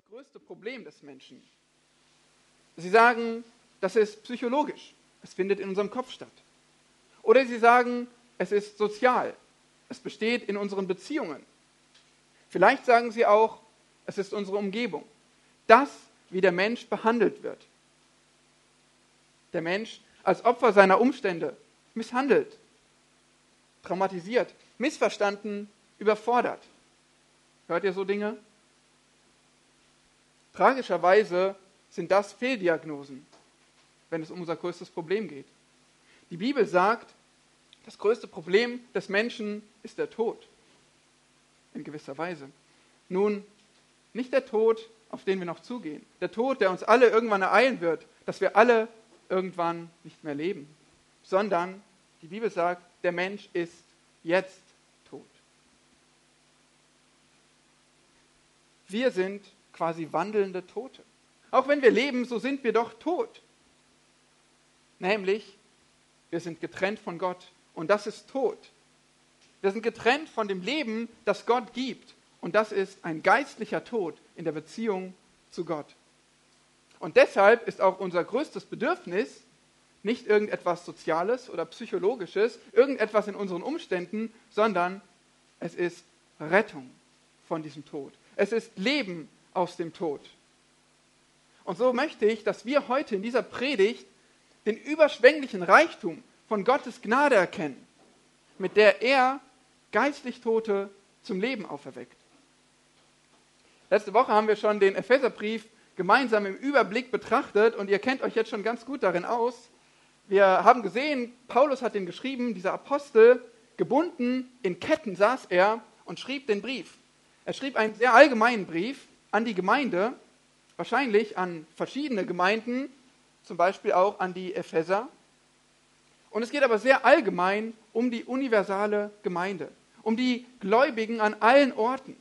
größte Problem des Menschen? Sie sagen, das ist psychologisch. Es findet in unserem Kopf statt. Oder sie sagen, es ist sozial. Es besteht in unseren Beziehungen. Vielleicht sagen sie auch, es ist unsere Umgebung. Das, wie der Mensch behandelt wird. Der Mensch als Opfer seiner Umstände, misshandelt, traumatisiert, missverstanden, überfordert. Hört ihr so Dinge? Tragischerweise sind das Fehldiagnosen, wenn es um unser größtes Problem geht. Die Bibel sagt, das größte Problem des Menschen ist der Tod. In gewisser Weise. Nun, nicht der Tod, auf den wir noch zugehen. Der Tod, der uns alle irgendwann ereilen wird, dass wir alle irgendwann nicht mehr leben. Sondern, die Bibel sagt, der Mensch ist jetzt tot. Wir sind quasi wandelnde Tote. Auch wenn wir leben, so sind wir doch tot. Nämlich, wir sind getrennt von Gott und das ist Tod. Wir sind getrennt von dem Leben, das Gott gibt und das ist ein geistlicher Tod in der Beziehung zu Gott. Und deshalb ist auch unser größtes Bedürfnis nicht irgendetwas Soziales oder Psychologisches, irgendetwas in unseren Umständen, sondern es ist Rettung von diesem Tod. Es ist Leben aus dem Tod. Und so möchte ich, dass wir heute in dieser Predigt den überschwänglichen Reichtum von Gottes Gnade erkennen, mit der er geistlich Tote zum Leben auferweckt. Letzte Woche haben wir schon den Epheserbrief gemeinsam im Überblick betrachtet und ihr kennt euch jetzt schon ganz gut darin aus. Wir haben gesehen, Paulus hat ihn geschrieben, dieser Apostel, gebunden in Ketten saß er und schrieb den Brief. Er schrieb einen sehr allgemeinen Brief an die Gemeinde, wahrscheinlich an verschiedene Gemeinden, zum Beispiel auch an die Epheser. Und es geht aber sehr allgemein um die universale Gemeinde, um die Gläubigen an allen Orten.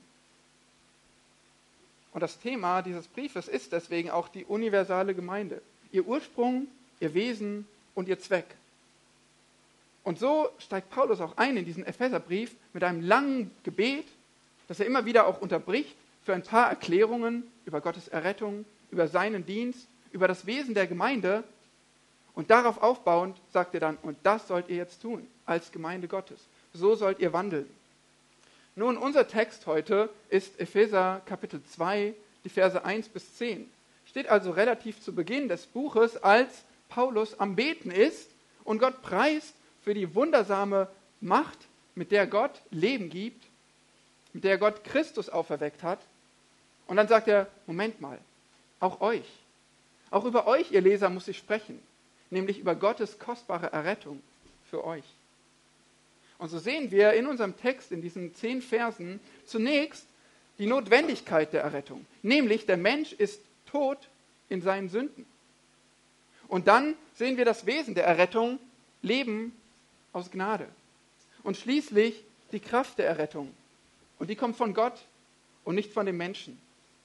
Und das Thema dieses Briefes ist deswegen auch die universale Gemeinde. Ihr Ursprung, ihr Wesen und ihr Zweck. Und so steigt Paulus auch ein in diesen Epheserbrief mit einem langen Gebet, das er immer wieder auch unterbricht für ein paar Erklärungen über Gottes Errettung, über seinen Dienst, über das Wesen der Gemeinde. Und darauf aufbauend sagt er dann, und das sollt ihr jetzt tun als Gemeinde Gottes. So sollt ihr wandeln. Nun, unser Text heute ist Epheser Kapitel 2, die Verse 1 bis 10. Steht also relativ zu Beginn des Buches, als Paulus am Beten ist und Gott preist für die wundersame Macht, mit der Gott Leben gibt, mit der Gott Christus auferweckt hat. Und dann sagt er, Moment mal, auch über euch, ihr Leser, muss ich sprechen, nämlich über Gottes kostbare Errettung für euch. Und so sehen wir in unserem Text, in diesen 10 Versen, zunächst die Notwendigkeit der Errettung, nämlich der Mensch ist tot in seinen Sünden. Und dann sehen wir das Wesen der Errettung, Leben aus Gnade. Und schließlich die Kraft der Errettung. Und die kommt von Gott und nicht von dem Menschen.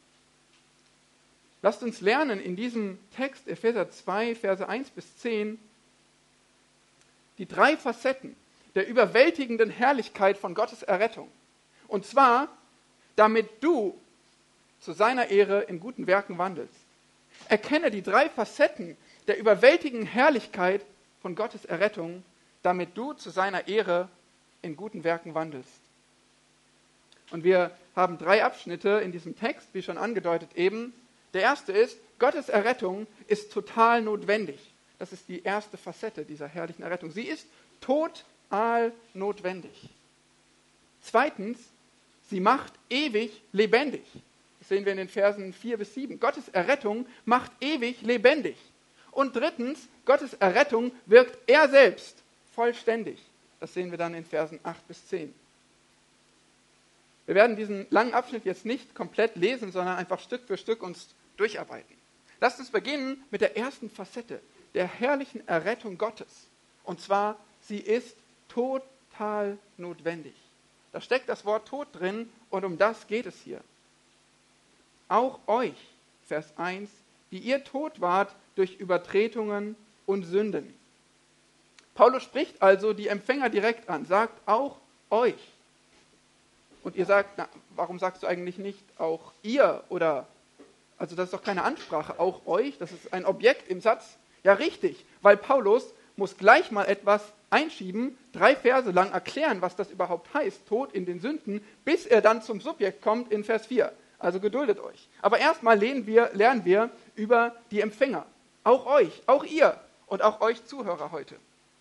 Lasst uns lernen in diesem Text, Epheser 2, Verse 1 bis 10, die 3 Facetten der überwältigenden Herrlichkeit von Gottes Errettung. Und zwar, damit du zu seiner Ehre in guten Werken wandelst. Erkenne die 3 Facetten der überwältigenden Herrlichkeit von Gottes Errettung, damit du zu seiner Ehre in guten Werken wandelst. Und wir haben 3 Abschnitte in diesem Text, wie schon angedeutet eben. Der erste ist, Gottes Errettung ist total notwendig. Das ist die erste Facette dieser herrlichen Errettung. Sie ist total notwendig. Zweitens, sie macht ewig lebendig. Das sehen wir in den Versen 4 bis 7. Gottes Errettung macht ewig lebendig. Und drittens, Gottes Errettung wirkt er selbst vollständig. Das sehen wir dann in Versen 8 bis 10. Wir werden diesen langen Abschnitt jetzt nicht komplett lesen, sondern einfach Stück für Stück uns durcharbeiten. Lasst uns beginnen mit der ersten Facette, der herrlichen Errettung Gottes. Und zwar, sie ist total notwendig. Da steckt das Wort Tod drin und um das geht es hier. Auch euch, Vers 1, die ihr tot wart durch Übertretungen und Sünden. Paulus spricht also die Empfänger direkt an, sagt auch euch. Und ihr sagt, na, warum sagst du eigentlich nicht auch ihr oder Also das ist doch keine Ansprache, auch euch, das ist ein Objekt im Satz. Ja, richtig, weil Paulus muss gleich mal etwas einschieben, 3 Verse lang erklären, was das überhaupt heißt, Tod in den Sünden, bis er dann zum Subjekt kommt in Vers 4. Also geduldet euch. Aber erstmal lernen wir über die Empfänger. Auch euch, auch ihr und auch euch Zuhörer heute.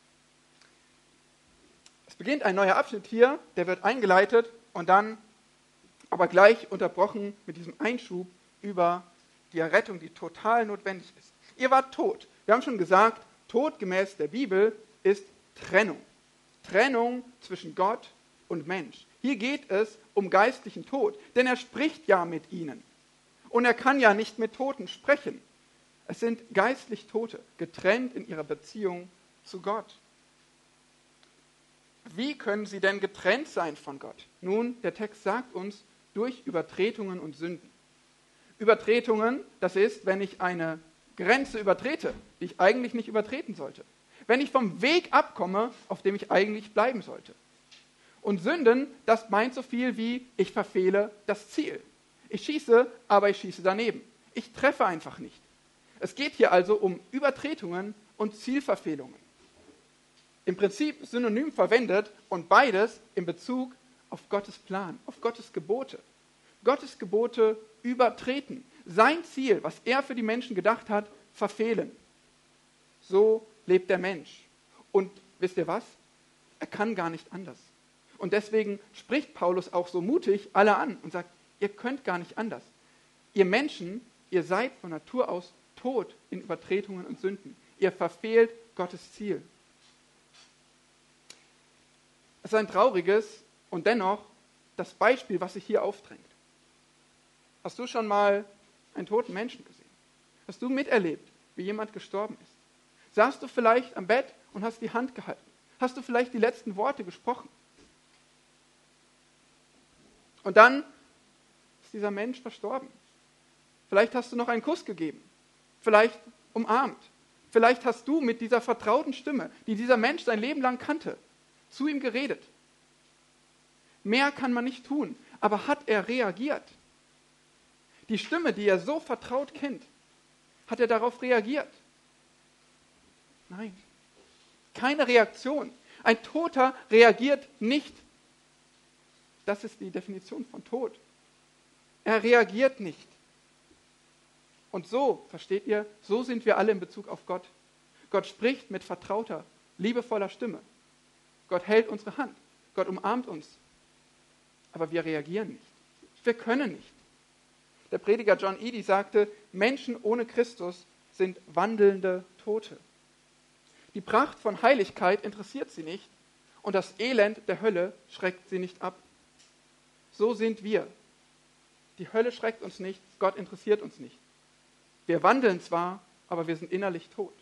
Es beginnt ein neuer Abschnitt hier, der wird eingeleitet und dann aber gleich unterbrochen mit diesem Einschub über die Errettung, die total notwendig ist. Ihr wart tot. Wir haben schon gesagt, Tod gemäß der Bibel ist Trennung. Trennung zwischen Gott und Mensch. Hier geht es um geistlichen Tod, denn er spricht ja mit ihnen. Und er kann ja nicht mit Toten sprechen. Es sind geistlich Tote, getrennt in ihrer Beziehung zu Gott. Wie können sie denn getrennt sein von Gott? Nun, der Text sagt uns, durch Übertretungen und Sünden. Übertretungen, das ist, wenn ich eine Grenze übertrete, die ich eigentlich nicht übertreten sollte. Wenn ich vom Weg abkomme, auf dem ich eigentlich bleiben sollte. Und Sünden, das meint so viel wie, ich verfehle das Ziel. Ich schieße, aber ich schieße daneben. Ich treffe einfach nicht. Es geht hier also um Übertretungen und Zielverfehlungen. Im Prinzip synonym verwendet und beides in Bezug auf Gottes Plan, auf Gottes Gebote. Gottes Gebote übertreten. Sein Ziel, was er für die Menschen gedacht hat, verfehlen. So lebt der Mensch. Und wisst ihr was? Er kann gar nicht anders. Und deswegen spricht Paulus auch so mutig alle an und sagt, ihr könnt gar nicht anders. Ihr Menschen, ihr seid von Natur aus tot in Übertretungen und Sünden. Ihr verfehlt Gottes Ziel. Es ist ein trauriges und dennoch das Beispiel, was sich hier aufdrängt. Hast du schon mal einen toten Menschen gesehen? Hast du miterlebt, wie jemand gestorben ist? Saßt du vielleicht am Bett und hast die Hand gehalten? Hast du vielleicht die letzten Worte gesprochen? Und dann ist dieser Mensch verstorben. Vielleicht hast du noch einen Kuss gegeben. Vielleicht umarmt. Vielleicht hast du mit dieser vertrauten Stimme, die dieser Mensch sein Leben lang kannte, zu ihm geredet. Mehr kann man nicht tun, aber hat er reagiert? Die Stimme, die er so vertraut kennt, hat er darauf reagiert? Nein, keine Reaktion. Ein Toter reagiert nicht. Das ist die Definition von Tod. Er reagiert nicht. Und so, versteht ihr, so sind wir alle in Bezug auf Gott. Gott spricht mit vertrauter, liebevoller Stimme. Gott hält unsere Hand. Gott umarmt uns. Aber wir reagieren nicht. Wir können nicht. Der Prediger John Eadie sagte, Menschen ohne Christus sind wandelnde Tote. Die Pracht von Heiligkeit interessiert sie nicht und das Elend der Hölle schreckt sie nicht ab. So sind wir. Die Hölle schreckt uns nicht, Gott interessiert uns nicht. Wir wandeln zwar, aber wir sind innerlich tot.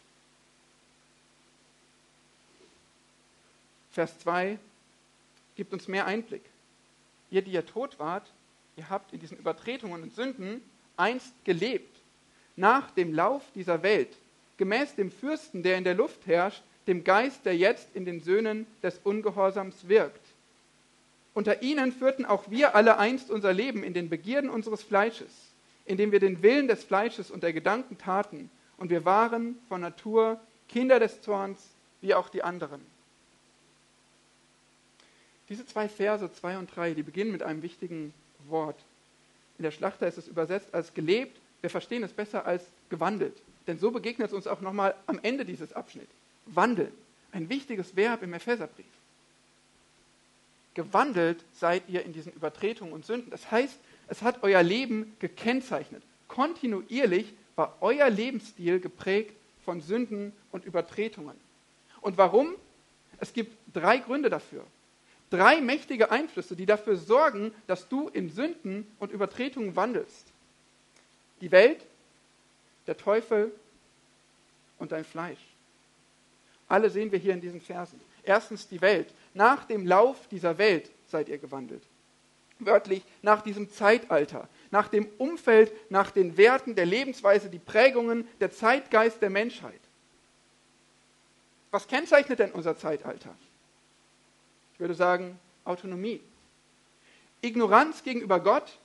Vers 2 gibt uns mehr Einblick. Ihr, die ihr tot wart, ihr habt in diesen Übertretungen und Sünden einst gelebt, nach dem Lauf dieser Welt, gemäß dem Fürsten, der in der Luft herrscht, dem Geist, der jetzt in den Söhnen des Ungehorsams wirkt. Unter ihnen führten auch wir alle einst unser Leben in den Begierden unseres Fleisches, indem wir den Willen des Fleisches und der Gedanken taten, und wir waren von Natur Kinder des Zorns, wie auch die anderen. Diese 2 Verse, 2 und 3, die beginnen mit einem wichtigen Wort. In der Schlachter ist es übersetzt als gelebt. Wir verstehen es besser als gewandelt. Denn so begegnet es uns auch nochmal am Ende dieses Abschnitts. Wandeln. Ein wichtiges Verb im Epheserbrief. Gewandelt seid ihr in diesen Übertretungen und Sünden. Das heißt, es hat euer Leben gekennzeichnet. Kontinuierlich war euer Lebensstil geprägt von Sünden und Übertretungen. Und warum? Es gibt 3 Gründe dafür. 3 mächtige Einflüsse, die dafür sorgen, dass du in Sünden und Übertretungen wandelst. Die Welt, der Teufel und dein Fleisch. Alle sehen wir hier in diesen Versen. Erstens die Welt. Nach dem Lauf dieser Welt seid ihr gewandelt. Wörtlich nach diesem Zeitalter, nach dem Umfeld, nach den Werten der Lebensweise, die Prägungen, der Zeitgeist der Menschheit. Was kennzeichnet denn unser Zeitalter? Ich würde sagen, Autonomie. Ignoranz gegenüber Gott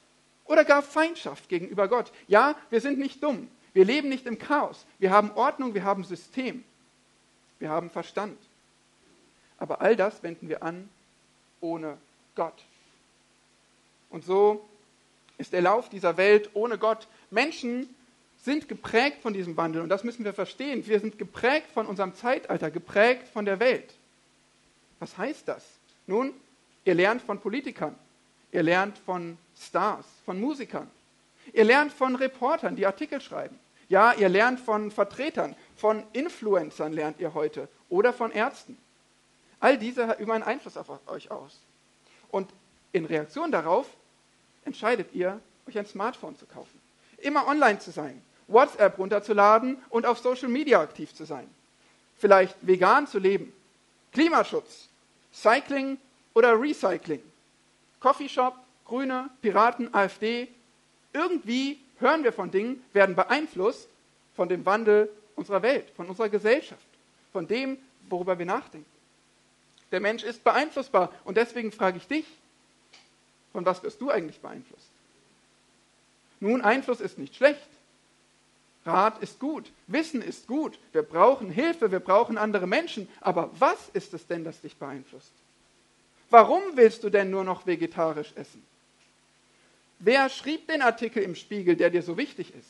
oder gar Feindschaft gegenüber Gott. Ja, wir sind nicht dumm. Wir leben nicht im Chaos. Wir haben Ordnung, wir haben System. Wir haben Verstand. Aber all das wenden wir an ohne Gott. Und so ist der Lauf dieser Welt ohne Gott. Menschen sind geprägt von diesem Wandel und das müssen wir verstehen. Wir sind geprägt von unserem Zeitalter, geprägt von der Welt. Was heißt das? Nun, ihr lernt von Politikern, ihr lernt von Stars, von Musikern, ihr lernt von Reportern, die Artikel schreiben. Ja, ihr lernt von Vertretern, von Influencern lernt ihr heute oder von Ärzten. All diese üben einen Einfluss auf euch aus. Und in Reaktion darauf entscheidet ihr, euch ein Smartphone zu kaufen. Immer online zu sein, WhatsApp runterzuladen und auf Social Media aktiv zu sein. Vielleicht vegan zu leben, Klimaschutz, Cycling oder Recycling, Coffeeshop, Grüne, Piraten, AfD. Irgendwie hören wir von Dingen, werden beeinflusst von dem Wandel unserer Welt, von unserer Gesellschaft, von dem, worüber wir nachdenken. Der Mensch ist beeinflussbar und deswegen frage ich dich, von was wirst du eigentlich beeinflusst? Nun, Einfluss ist nicht schlecht. Rat ist gut, Wissen ist gut. Wir brauchen Hilfe, wir brauchen andere Menschen. Aber was ist es denn, das dich beeinflusst? Warum willst du denn nur noch vegetarisch essen? Wer schrieb den Artikel im Spiegel, der dir so wichtig ist?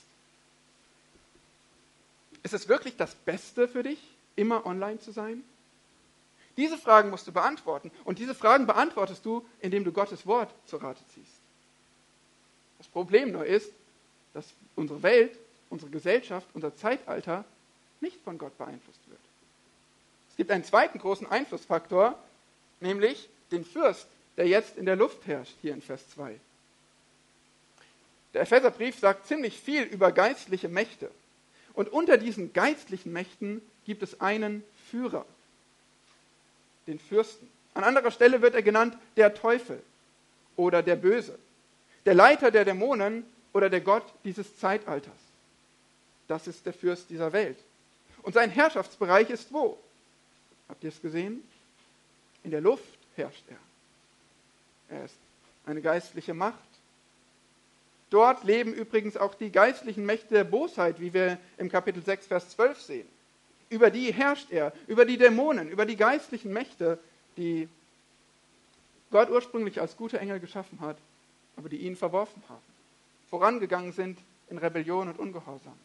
Ist es wirklich das Beste für dich, immer online zu sein? Diese Fragen musst du beantworten. Und diese Fragen beantwortest du, indem du Gottes Wort zur Rate ziehst. Das Problem nur ist, dass unsere Welt, unsere Gesellschaft, unser Zeitalter nicht von Gott beeinflusst wird. Es gibt einen zweiten großen Einflussfaktor, nämlich den Fürst, der jetzt in der Luft herrscht, hier in Vers 2. Der Epheserbrief sagt ziemlich viel über geistliche Mächte. Und unter diesen geistlichen Mächten gibt es einen Führer, den Fürsten. An anderer Stelle wird er genannt der Teufel oder der Böse, der Leiter der Dämonen oder der Gott dieses Zeitalters. Das ist der Fürst dieser Welt. Und sein Herrschaftsbereich ist wo? Habt ihr es gesehen? In der Luft herrscht er. Er ist eine geistliche Macht. Dort leben übrigens auch die geistlichen Mächte der Bosheit, wie wir im Kapitel 6, Vers 12 sehen. Über die herrscht er, über die Dämonen, über die geistlichen Mächte, die Gott ursprünglich als gute Engel geschaffen hat, aber die ihn verworfen haben, vorangegangen sind in Rebellion und Ungehorsam.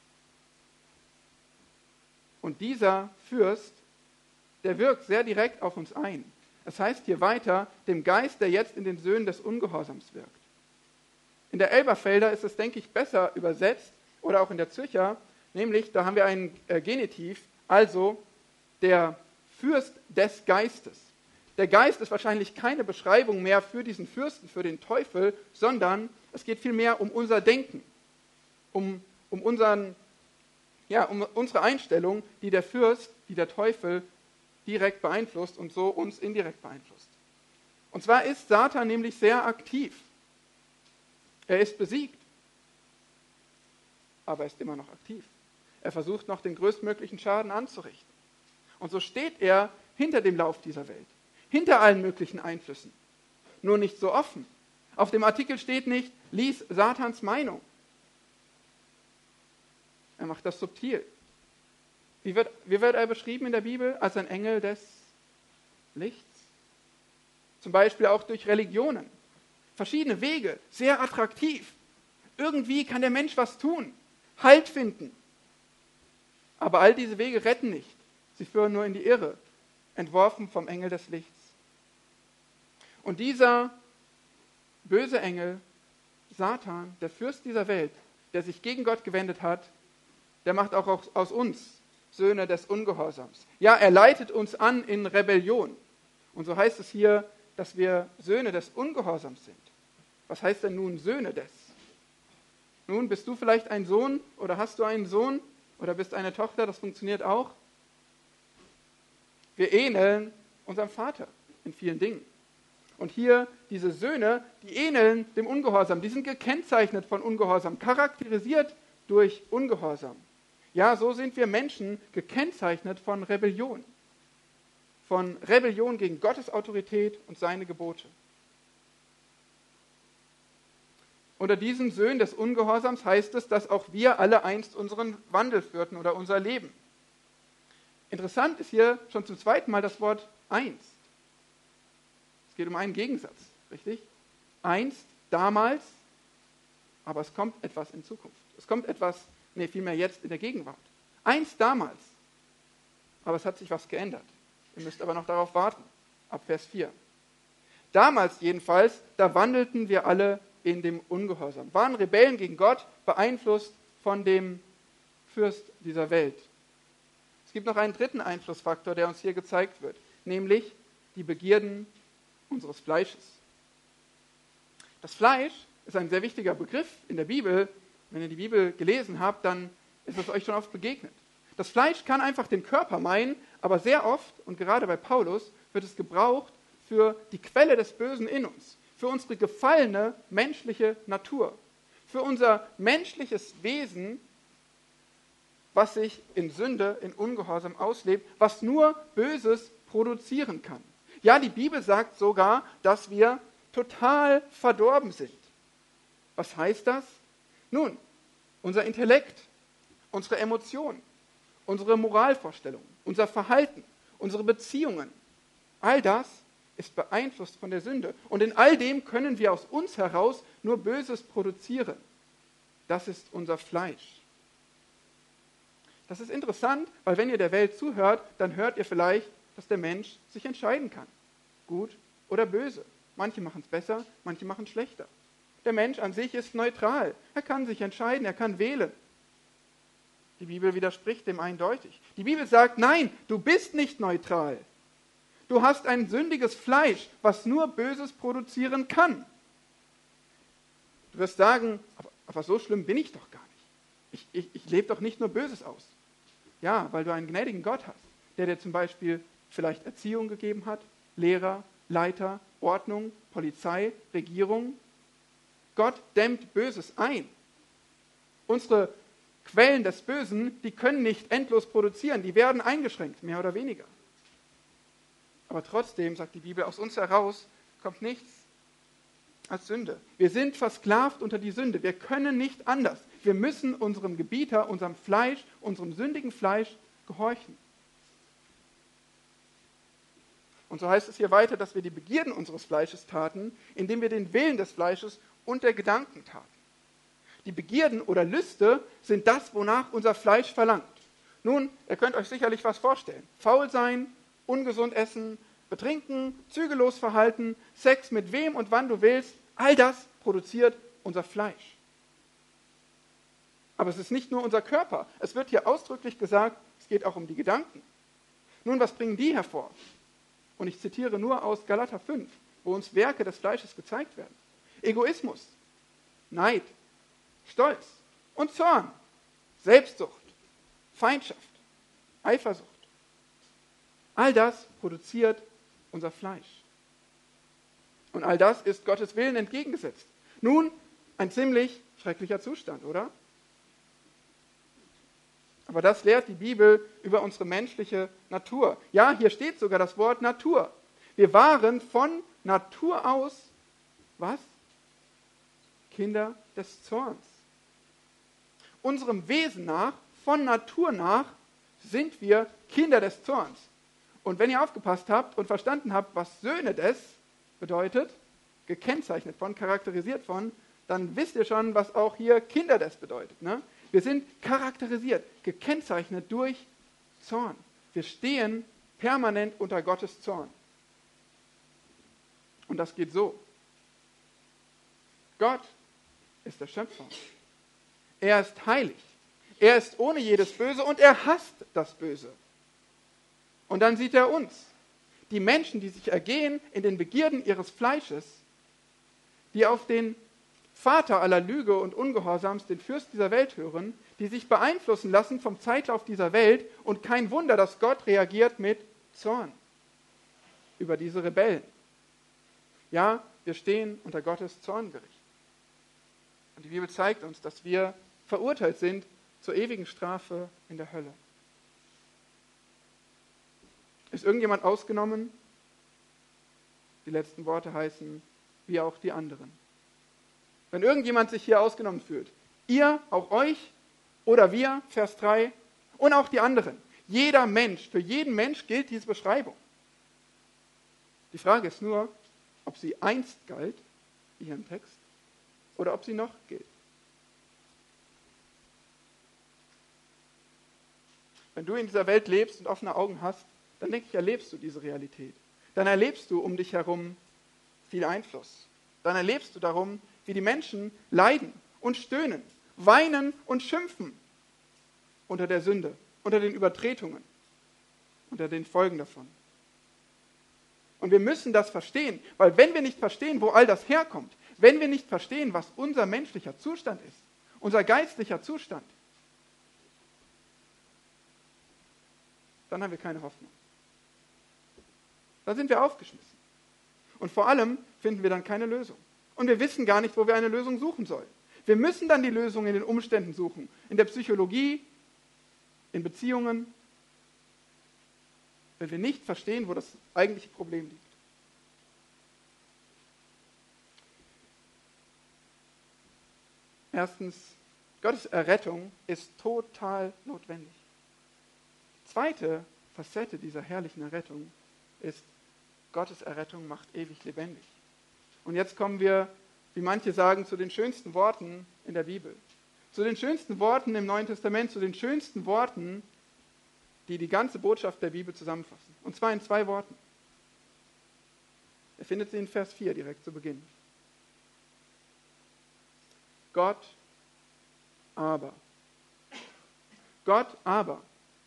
Und dieser Fürst, der wirkt sehr direkt auf uns ein. Es heißt hier weiter, dem Geist, der jetzt in den Söhnen des Ungehorsams wirkt. In der Elberfelder ist es, denke ich, besser übersetzt, oder auch in der Zürcher, nämlich, da haben wir einen Genitiv, also der Fürst des Geistes. Der Geist ist wahrscheinlich keine Beschreibung mehr für diesen Fürsten, für den Teufel, sondern es geht vielmehr um unser Denken, um unsere Einstellung, die der Fürst, die der Teufel direkt beeinflusst und so uns indirekt beeinflusst. Und zwar ist Satan nämlich sehr aktiv. Er ist besiegt, aber er ist immer noch aktiv. Er versucht noch den größtmöglichen Schaden anzurichten. Und so steht er hinter dem Lauf dieser Welt, hinter allen möglichen Einflüssen, nur nicht so offen. Auf dem Artikel steht nicht, lies Satans Meinung. Er macht das subtil. Wie wird er beschrieben in der Bibel? Als ein Engel des Lichts. Zum Beispiel auch durch Religionen. Verschiedene Wege, sehr attraktiv. Irgendwie kann der Mensch was tun, Halt finden. Aber all diese Wege retten nicht. Sie führen nur in die Irre, entworfen vom Engel des Lichts. Und dieser böse Engel, Satan, der Fürst dieser Welt, der sich gegen Gott gewendet hat, der macht auch aus uns Söhne des Ungehorsams. Ja, er leitet uns an in Rebellion. Und so heißt es hier, dass wir Söhne des Ungehorsams sind. Was heißt denn nun Söhne des? Nun, bist du vielleicht ein Sohn oder hast du einen Sohn oder bist eine Tochter, das funktioniert auch. Wir ähneln unserem Vater in vielen Dingen. Und hier diese Söhne, die ähneln dem Ungehorsam, die sind gekennzeichnet von Ungehorsam, charakterisiert durch Ungehorsam. Ja, so sind wir Menschen gekennzeichnet von Rebellion gegen Gottes Autorität und seine Gebote. Unter diesen Söhnen des Ungehorsams heißt es, dass auch wir alle einst unseren Wandel führten oder unser Leben. Interessant ist hier schon zum zweiten Mal das Wort einst. Es geht um einen Gegensatz, richtig? Einst, damals, aber es kommt etwas in Zukunft. Es kommt etwas, vielmehr jetzt in der Gegenwart. Einst, damals, aber es hat sich was geändert. Ihr müsst aber noch darauf warten, ab Vers 4. Damals jedenfalls, da wandelten wir alle in dem Ungehorsam, waren Rebellen gegen Gott, beeinflusst von dem Fürst dieser Welt. Es gibt noch einen dritten Einflussfaktor, der uns hier gezeigt wird, nämlich die Begierden unseres Fleisches. Das Fleisch ist ein sehr wichtiger Begriff in der Bibel. Wenn ihr die Bibel gelesen habt, dann ist es euch schon oft begegnet. Das Fleisch kann einfach den Körper meinen, aber sehr oft, und gerade bei Paulus, wird es gebraucht für die Quelle des Bösen in uns, für unsere gefallene menschliche Natur, für unser menschliches Wesen, was sich in Sünde, in Ungehorsam auslebt, was nur Böses produzieren kann. Ja, die Bibel sagt sogar, dass wir total verdorben sind. Was heißt das? Nun, unser Intellekt, unsere Emotionen, unsere Moralvorstellungen, unser Verhalten, unsere Beziehungen, all das ist beeinflusst von der Sünde. Und in all dem können wir aus uns heraus nur Böses produzieren. Das ist unser Fleisch. Das ist interessant, weil wenn ihr der Welt zuhört, dann hört ihr vielleicht, dass der Mensch sich entscheiden kann. Gut oder böse. Manche machen es besser, manche machen es schlechter. Der Mensch an sich ist neutral. Er kann sich entscheiden, er kann wählen. Die Bibel widerspricht dem eindeutig. Die Bibel sagt, nein, du bist nicht neutral. Du hast ein sündiges Fleisch, was nur Böses produzieren kann. Du wirst sagen, aber so schlimm bin ich doch gar nicht. Ich lebe doch nicht nur Böses aus. Ja, weil du einen gnädigen Gott hast, der dir zum Beispiel vielleicht Erziehung gegeben hat, Lehrer, Leiter, Ordnung, Polizei, Regierung. Gott dämmt Böses ein. Unsere Quellen des Bösen, die können nicht endlos produzieren, die werden eingeschränkt, mehr oder weniger. Aber trotzdem, sagt die Bibel, aus uns heraus kommt nichts als Sünde. Wir sind versklavt unter die Sünde. Wir können nicht anders. Wir müssen unserem Gebieter, unserem Fleisch, unserem sündigen Fleisch gehorchen. Und so heißt es hier weiter, dass wir die Begierden unseres Fleisches taten, indem wir den Willen des Fleisches und der Gedanken taten. Die Begierden oder Lüste sind das, wonach unser Fleisch verlangt. Nun, ihr könnt euch sicherlich was vorstellen. Faul sein, ungesund essen, betrinken, zügellos verhalten, Sex mit wem und wann du willst, all das produziert unser Fleisch. Aber es ist nicht nur unser Körper. Es wird hier ausdrücklich gesagt, es geht auch um die Gedanken. Nun, was bringen die hervor? Und ich zitiere nur aus Galater 5, wo uns Werke des Fleisches gezeigt werden. Egoismus, Neid, Stolz und Zorn, Selbstsucht, Feindschaft, Eifersucht. All das produziert unser Fleisch. Und all das ist Gottes Willen entgegengesetzt. Nun, ein ziemlich schrecklicher Zustand, oder? Aber das lehrt die Bibel über unsere menschliche Natur. Ja, hier steht sogar das Wort Natur. Wir waren von Natur aus, was? Kinder des Zorns. Unserem Wesen nach, von Natur nach, sind wir Kinder des Zorns. Und wenn ihr aufgepasst habt und verstanden habt, was Söhne des bedeutet, gekennzeichnet von, charakterisiert von, dann wisst ihr schon, was auch hier Kinder des bedeutet. Ne? Wir sind charakterisiert, gekennzeichnet durch Zorn. Wir stehen permanent unter Gottes Zorn. Und das geht so. Gott ist der Schöpfer. Er ist heilig. Er ist ohne jedes Böse und er hasst das Böse. Und dann sieht er uns, die Menschen, die sich ergehen in den Begierden ihres Fleisches, die auf den Vater aller Lüge und Ungehorsams, den Fürst dieser Welt hören, die sich beeinflussen lassen vom Zeitlauf dieser Welt und kein Wunder, dass Gott reagiert mit Zorn über diese Rebellen. Ja, wir stehen unter Gottes Zorngericht. Und die Bibel zeigt uns, dass wir verurteilt sind zur ewigen Strafe in der Hölle. Ist irgendjemand ausgenommen? Die letzten Worte heißen, wie auch die anderen. Wenn irgendjemand sich hier ausgenommen fühlt. Ihr, auch euch oder wir, Vers 3, und auch die anderen. Jeder Mensch, für jeden Mensch gilt diese Beschreibung. Die Frage ist nur, ob sie einst galt, wie hier im Text, oder ob sie noch gilt. Wenn du in dieser Welt lebst und offene Augen hast, dann denke ich, erlebst du diese Realität. Dann erlebst du um dich herum viel Einfluss. Dann erlebst du darum, wie die Menschen leiden und stöhnen, weinen und schimpfen unter der Sünde, unter den Übertretungen, unter den Folgen davon. Und wir müssen das verstehen, weil wenn wir nicht verstehen, wo all das herkommt, wenn wir nicht verstehen, was unser menschlicher Zustand ist, unser geistlicher Zustand, dann haben wir keine Hoffnung. Dann sind wir aufgeschmissen. Und vor allem finden wir dann keine Lösung. Und wir wissen gar nicht, wo wir eine Lösung suchen sollen. Wir müssen dann die Lösung in den Umständen suchen, in der Psychologie, in Beziehungen, wenn wir nicht verstehen, wo das eigentliche Problem liegt. Erstens, Gottes Errettung ist total notwendig. Die zweite Facette dieser herrlichen Errettung ist, Gottes Errettung macht ewig lebendig. Und jetzt kommen wir, wie manche sagen, zu den schönsten Worten in der Bibel. Zu den schönsten Worten im Neuen Testament, zu den schönsten Worten, die die ganze Botschaft der Bibel zusammenfassen. Und zwar in 2 Worten. Ihr findet sie in Vers 4 direkt zu Beginn. Gott aber. Gott aber.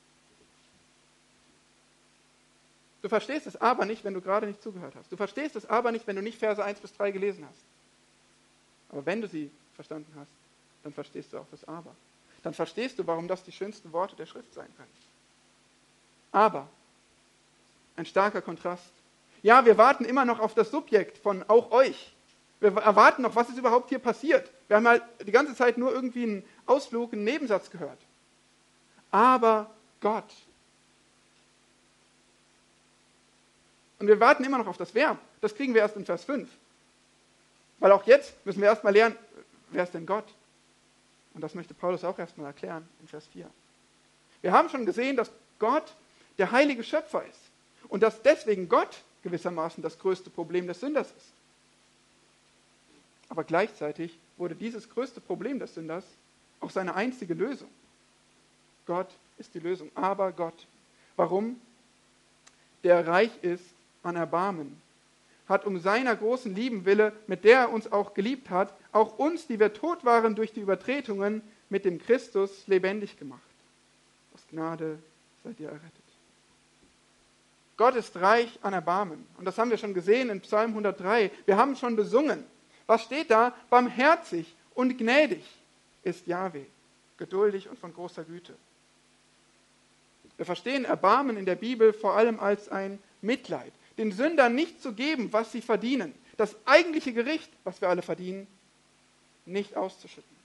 Du verstehst es aber nicht, wenn du gerade nicht zugehört hast. Du verstehst es aber nicht, wenn du nicht Verse 1 bis 3 gelesen hast. Aber wenn du sie verstanden hast, dann verstehst du auch das Aber. Dann verstehst du, warum das die schönsten Worte der Schrift sein können. Aber, ein starker Kontrast. Ja, wir warten immer noch auf das Subjekt von auch euch. Wir erwarten noch, was ist überhaupt hier passiert. Wir haben halt die ganze Zeit nur irgendwie einen Ausflug, einen Nebensatz gehört. Aber Gott. Und wir warten immer noch auf das Verb. Das kriegen wir erst in Vers 5. Weil auch jetzt müssen wir erstmal lernen, wer ist denn Gott? Und das möchte Paulus auch erstmal erklären in Vers 4. Wir haben schon gesehen, dass Gott der heilige Schöpfer ist. Und dass deswegen Gott gewissermaßen das größte Problem des Sünders ist. Aber gleichzeitig wurde dieses größte Problem des Sünders auch seine einzige Lösung. Gott ist die Lösung. Aber Gott. Warum? Der reich ist an Erbarmen, hat um seiner großen Lieben Wille, mit der er uns auch geliebt hat, auch uns, die wir tot waren durch die Übertretungen, mit dem Christus lebendig gemacht. Aus Gnade seid ihr errettet. Gott ist reich an Erbarmen. Und das haben wir schon gesehen in Psalm 103. Wir haben schon besungen. Was steht da? Barmherzig und gnädig ist Jahwe, geduldig und von großer Güte. Wir verstehen Erbarmen in der Bibel vor allem als ein Mitleid. Den Sündern nicht zu geben, was sie verdienen. Das eigentliche Gericht, was wir alle verdienen, nicht auszuschütten.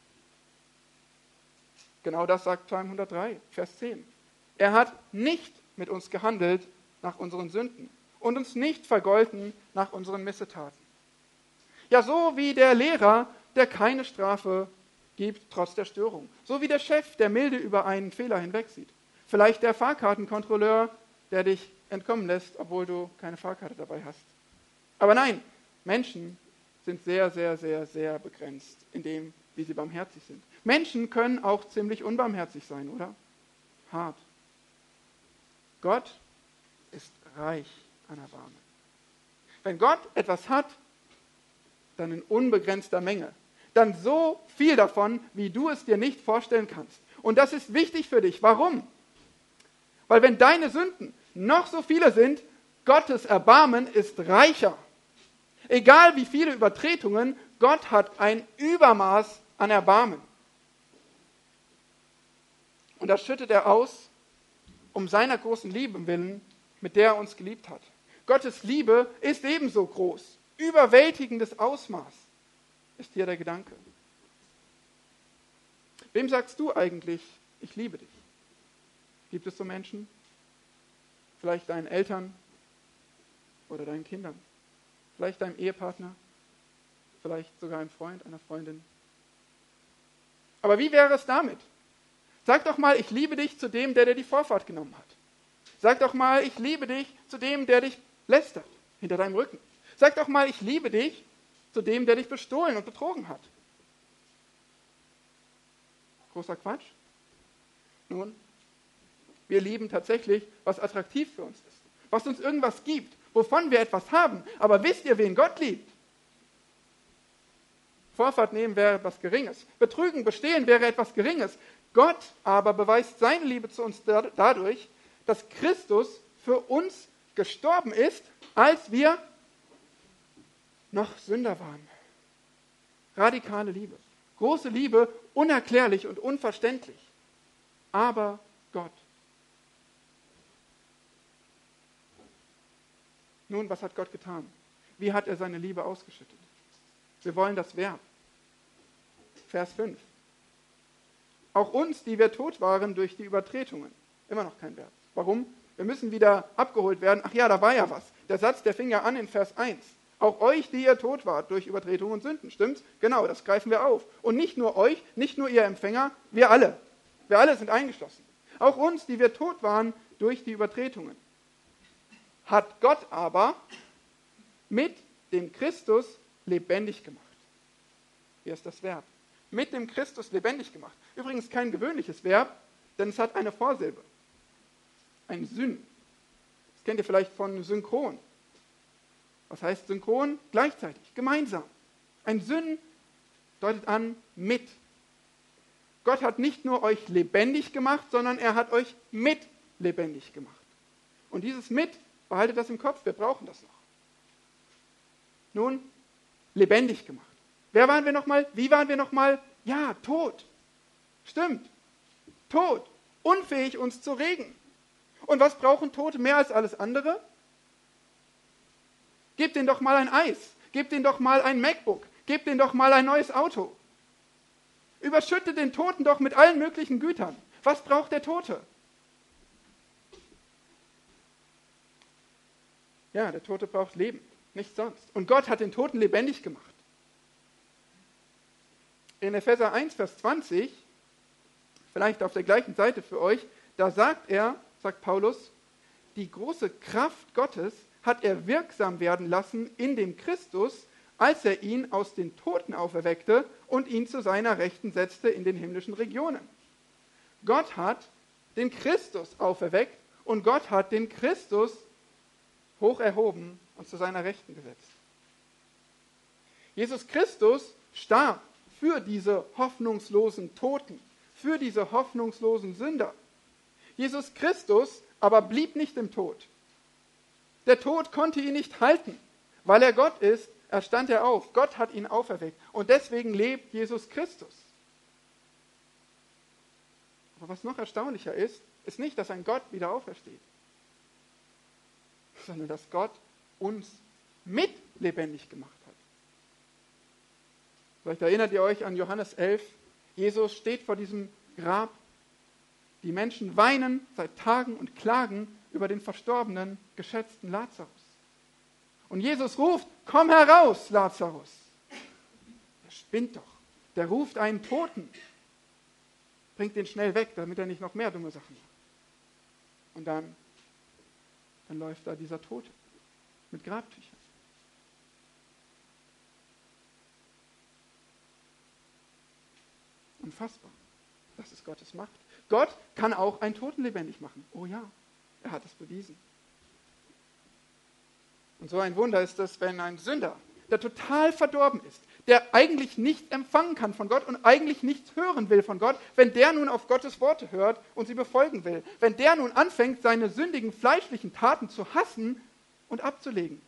Genau das sagt Psalm 103, Vers 10. Er hat nicht mit uns gehandelt nach unseren Sünden und uns nicht vergolten nach unseren Missetaten. Ja, so wie der Lehrer, der keine Strafe gibt, trotz der Störung. So wie der Chef, der milde über einen Fehler hinwegsieht. Vielleicht der Fahrkartenkontrolleur, der dich entkommen lässt, obwohl du keine Fahrkarte dabei hast. Aber nein, Menschen sind sehr, sehr, sehr, sehr begrenzt in dem, wie sie barmherzig sind. Menschen können auch ziemlich unbarmherzig sein, oder? Hart. Gott ist reich an Erbarmen. Wenn Gott etwas hat, dann in unbegrenzter Menge. Dann so viel davon, wie du es dir nicht vorstellen kannst. Und das ist wichtig für dich. Warum? Weil wenn deine Sünden noch so viele sind, Gottes Erbarmen ist reicher. Egal wie viele Übertretungen, Gott hat ein Übermaß an Erbarmen. Und das schüttet er aus, um seiner großen Liebe willen, mit der er uns geliebt hat. Gottes Liebe ist ebenso groß. Überwältigendes Ausmaß ist hier der Gedanke. Wem sagst du eigentlich, ich liebe dich? Gibt es so Menschen? Vielleicht deinen Eltern oder deinen Kindern? Vielleicht deinem Ehepartner? vielleicht sogar ein Freund, eine Freundin. Aber wie wäre es damit? Sag doch mal, ich liebe dich zu dem, der dir die Vorfahrt genommen hat. Sag doch mal, ich liebe dich zu dem, der dich lästert, hinter deinem Rücken. Sag doch mal, ich liebe dich zu dem, der dich bestohlen und betrogen hat. Großer Quatsch? Nun, wir lieben tatsächlich, was attraktiv für uns ist, was uns irgendwas gibt, wovon wir etwas haben. Aber wisst ihr, wen Gott liebt? Vorfahrt nehmen wäre etwas Geringes. Betrügen, bestehlen wäre etwas Geringes. Gott aber beweist seine Liebe zu uns dadurch, dass Christus für uns gestorben ist, als wir noch Sünder waren. Radikale Liebe. Große Liebe, unerklärlich und unverständlich. Aber Gott. Nun, was hat Gott getan? Wie hat er seine Liebe ausgeschüttet? Wir wollen das Verb. Vers 5. Auch uns, die wir tot waren durch die Übertretungen. Immer noch kein Verb. Warum? Wir müssen wieder abgeholt werden. Ach ja, da war ja was. Der Satz, der fing ja an in Vers 1. Auch euch, die ihr tot wart durch Übertretungen und Sünden. Stimmt's? Genau, das greifen wir auf. Und nicht nur euch, nicht nur ihr Empfänger, wir alle. Wir alle sind eingeschlossen. Auch uns, die wir tot waren durch die Übertretungen. Hat Gott aber mit dem Christus lebendig gemacht. Hier ist das Verb. Mit dem Christus lebendig gemacht. Übrigens kein gewöhnliches Verb, denn es hat eine Vorsilbe. Ein Syn. Das kennt ihr vielleicht von synchron. Was heißt synchron? Gleichzeitig, gemeinsam. Ein Syn deutet an mit. Gott hat nicht nur euch lebendig gemacht, sondern er hat euch mit lebendig gemacht. Und dieses mit, behaltet das im Kopf, wir brauchen das noch. Nun, lebendig gemacht. Wer waren wir nochmal? Wie waren wir nochmal? Ja, tot. Stimmt. Tot. Unfähig, uns zu regen. Und was brauchen Tote mehr als alles andere? Gebt denen doch mal ein Eis. Gebt denen doch mal ein MacBook. Gebt denen doch mal ein neues Auto. Überschüttet den Toten doch mit allen möglichen Gütern. Was braucht der Tote? Ja, der Tote braucht Leben, nichts sonst. Und Gott hat den Toten lebendig gemacht. In Epheser 1, Vers 20, vielleicht auf der gleichen Seite für euch, da sagt Paulus, die große Kraft Gottes hat er wirksam werden lassen in dem Christus, als er ihn aus den Toten auferweckte und ihn zu seiner Rechten setzte in den himmlischen Regionen. Gott hat den Christus auferweckt und Gott hat den Christus hoch erhoben und zu seiner Rechten gesetzt. Jesus Christus starb für diese hoffnungslosen Toten, für diese hoffnungslosen Sünder. Jesus Christus aber blieb nicht im Tod. Der Tod konnte ihn nicht halten. Weil er Gott ist, stand er auf. Gott hat ihn auferweckt. Und deswegen lebt Jesus Christus. Aber was noch erstaunlicher ist, ist nicht, dass ein Gott wieder aufersteht, sondern dass Gott uns mit lebendig gemacht hat. Vielleicht erinnert ihr euch an Johannes 11. Jesus steht vor diesem Grab. Die Menschen weinen seit Tagen und klagen über den verstorbenen, geschätzten Lazarus. Und Jesus ruft, komm heraus, Lazarus. Der spinnt doch. Der ruft einen Toten. Bringt den schnell weg, damit er nicht noch mehr dumme Sachen macht. Und dann läuft da dieser Tote mit Grabtüchern. Unfassbar. Das ist Gottes Macht. Gott kann auch einen Toten lebendig machen. Oh ja, er hat es bewiesen. Und so ein Wunder ist es, wenn ein Sünder, der total verdorben ist, der eigentlich nichts empfangen kann von Gott und eigentlich nichts hören will von Gott, wenn der nun auf Gottes Worte hört und sie befolgen will, wenn der nun anfängt, seine sündigen, fleischlichen Taten zu hassen und abzulegen.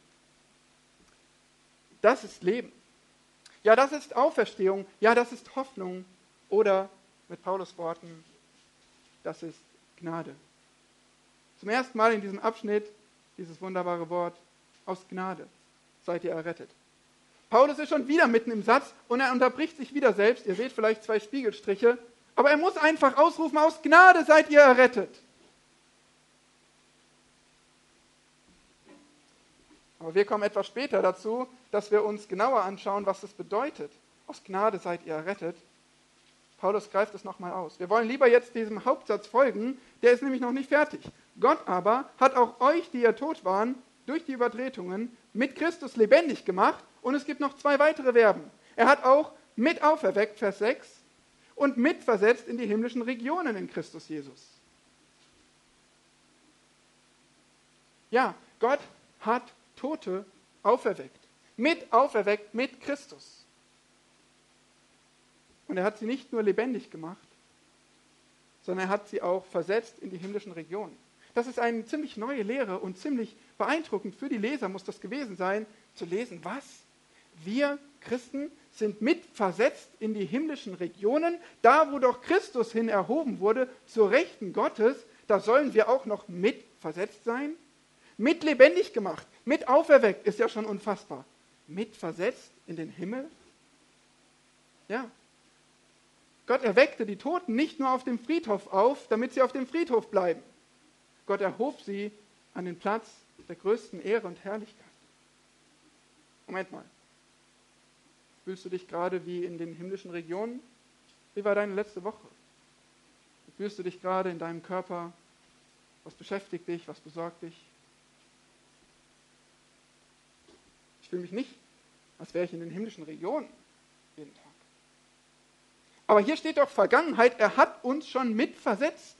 Das ist Leben. Ja, das ist Auferstehung. Ja, das ist Hoffnung. Oder mit Paulus Worten, das ist Gnade. Zum ersten Mal in diesem Abschnitt dieses wunderbare Wort, aus Gnade seid ihr errettet. Paulus ist schon wieder mitten im Satz und er unterbricht sich wieder selbst. Ihr seht vielleicht 2 Spiegelstriche, aber er muss einfach ausrufen, aus Gnade seid ihr errettet. Aber wir kommen etwas später dazu, dass wir uns genauer anschauen, was es bedeutet. Aus Gnade seid ihr errettet. Paulus greift es nochmal aus. Wir wollen lieber jetzt diesem Hauptsatz folgen, der ist nämlich noch nicht fertig. Gott aber hat auch euch, die ihr tot waren, durch die Übertretungen mit Christus lebendig gemacht. Und es gibt noch 2 weitere Verben. Er hat auch mit auferweckt, Vers 6, und mitversetzt in die himmlischen Regionen in Christus Jesus. Ja, Gott hat Tote auferweckt. Mit auferweckt mit Christus. Und er hat sie nicht nur lebendig gemacht, sondern er hat sie auch versetzt in die himmlischen Regionen. Das ist eine ziemlich neue Lehre und ziemlich beeindruckend für die Leser muss das gewesen sein, zu lesen, was? Wir Christen sind mitversetzt in die himmlischen Regionen, da wo doch Christus hin erhoben wurde, zur Rechten Gottes, da sollen wir auch noch mitversetzt sein? Mit lebendig gemacht, mit auferweckt, ist ja schon unfassbar. Mitversetzt in den Himmel? Ja. Gott erweckte die Toten nicht nur auf dem Friedhof auf, damit sie auf dem Friedhof bleiben. Gott erhob sie an den Platz der größten Ehre und Herrlichkeit. Moment mal. Fühlst du dich gerade wie in den himmlischen Regionen? Wie war deine letzte Woche? Fühlst du dich gerade in deinem Körper? Was beschäftigt dich? Was besorgt dich? Ich fühle mich nicht, als wäre ich in den himmlischen Regionen jeden Tag. Aber hier steht doch Vergangenheit, er hat uns schon mitversetzt.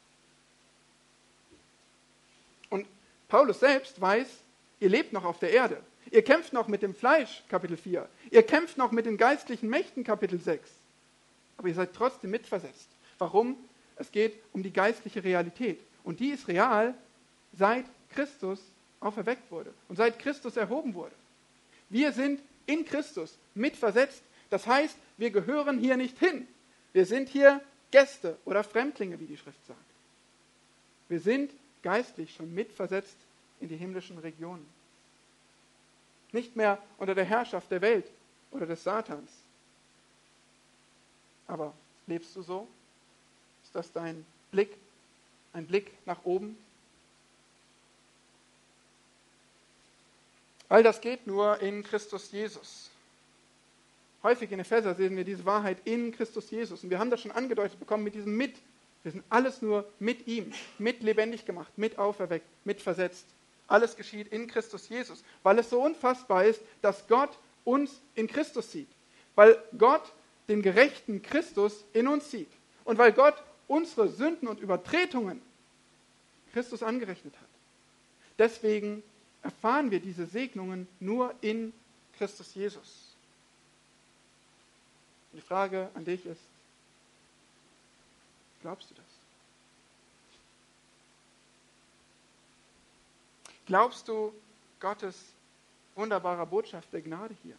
Und Paulus selbst weiß, ihr lebt noch auf der Erde. Ihr kämpft noch mit dem Fleisch, Kapitel 4. Ihr kämpft noch mit den geistlichen Mächten, Kapitel 6. Aber ihr seid trotzdem mitversetzt. Warum? Es geht um die geistliche Realität. Und die ist real, seit Christus auferweckt wurde und seit Christus erhoben wurde. Wir sind in Christus mitversetzt. Das heißt, wir gehören hier nicht hin. Wir sind hier Gäste oder Fremdlinge, wie die Schrift sagt. Wir sind geistlich schon mitversetzt in die himmlischen Regionen. Nicht mehr unter der Herrschaft der Welt oder des Satans. Aber lebst du so? Ist das dein Blick? Ein Blick nach oben? All das geht nur in Christus Jesus. Häufig in Epheser sehen wir diese Wahrheit in Christus Jesus. Und wir haben das schon angedeutet bekommen mit diesem Mit. Wir sind alles nur mit ihm, mit lebendig gemacht, mit auferweckt, mit versetzt. Alles geschieht in Christus Jesus, weil es so unfassbar ist, dass Gott uns in Christus sieht. Weil Gott den gerechten Christus in uns sieht. Und weil Gott unsere Sünden und Übertretungen Christus angerechnet hat. Deswegen erfahren wir diese Segnungen nur in Christus Jesus. Und die Frage an dich ist, glaubst du das? Glaubst du Gottes wunderbarer Botschaft der Gnade hier?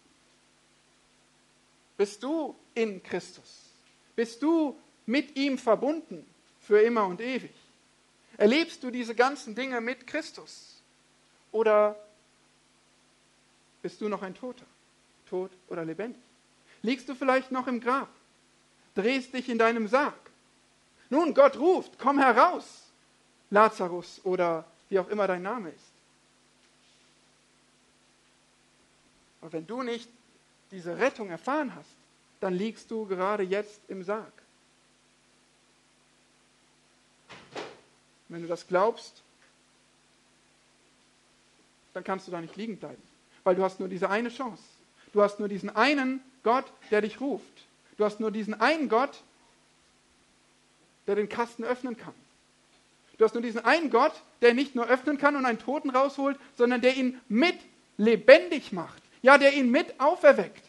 Bist du in Christus? Bist du mit ihm verbunden für immer und ewig? Erlebst du diese ganzen Dinge mit Christus? Oder bist du noch ein Toter? Tot oder lebendig? Liegst du vielleicht noch im Grab? Drehst dich in deinem Sarg? Nun, Gott ruft, komm heraus, Lazarus oder wie auch immer dein Name ist. Aber wenn du nicht diese Rettung erfahren hast, dann liegst du gerade jetzt im Sarg. Wenn du das glaubst, dann kannst du da nicht liegen bleiben, weil du hast nur diese eine Chance. Du hast nur diesen einen Gott, der dich ruft. Du hast nur diesen einen Gott, der den Kasten öffnen kann. Du hast nur diesen einen Gott, der nicht nur öffnen kann und einen Toten rausholt, sondern der ihn mit lebendig macht. Ja, der ihn mit auferweckt.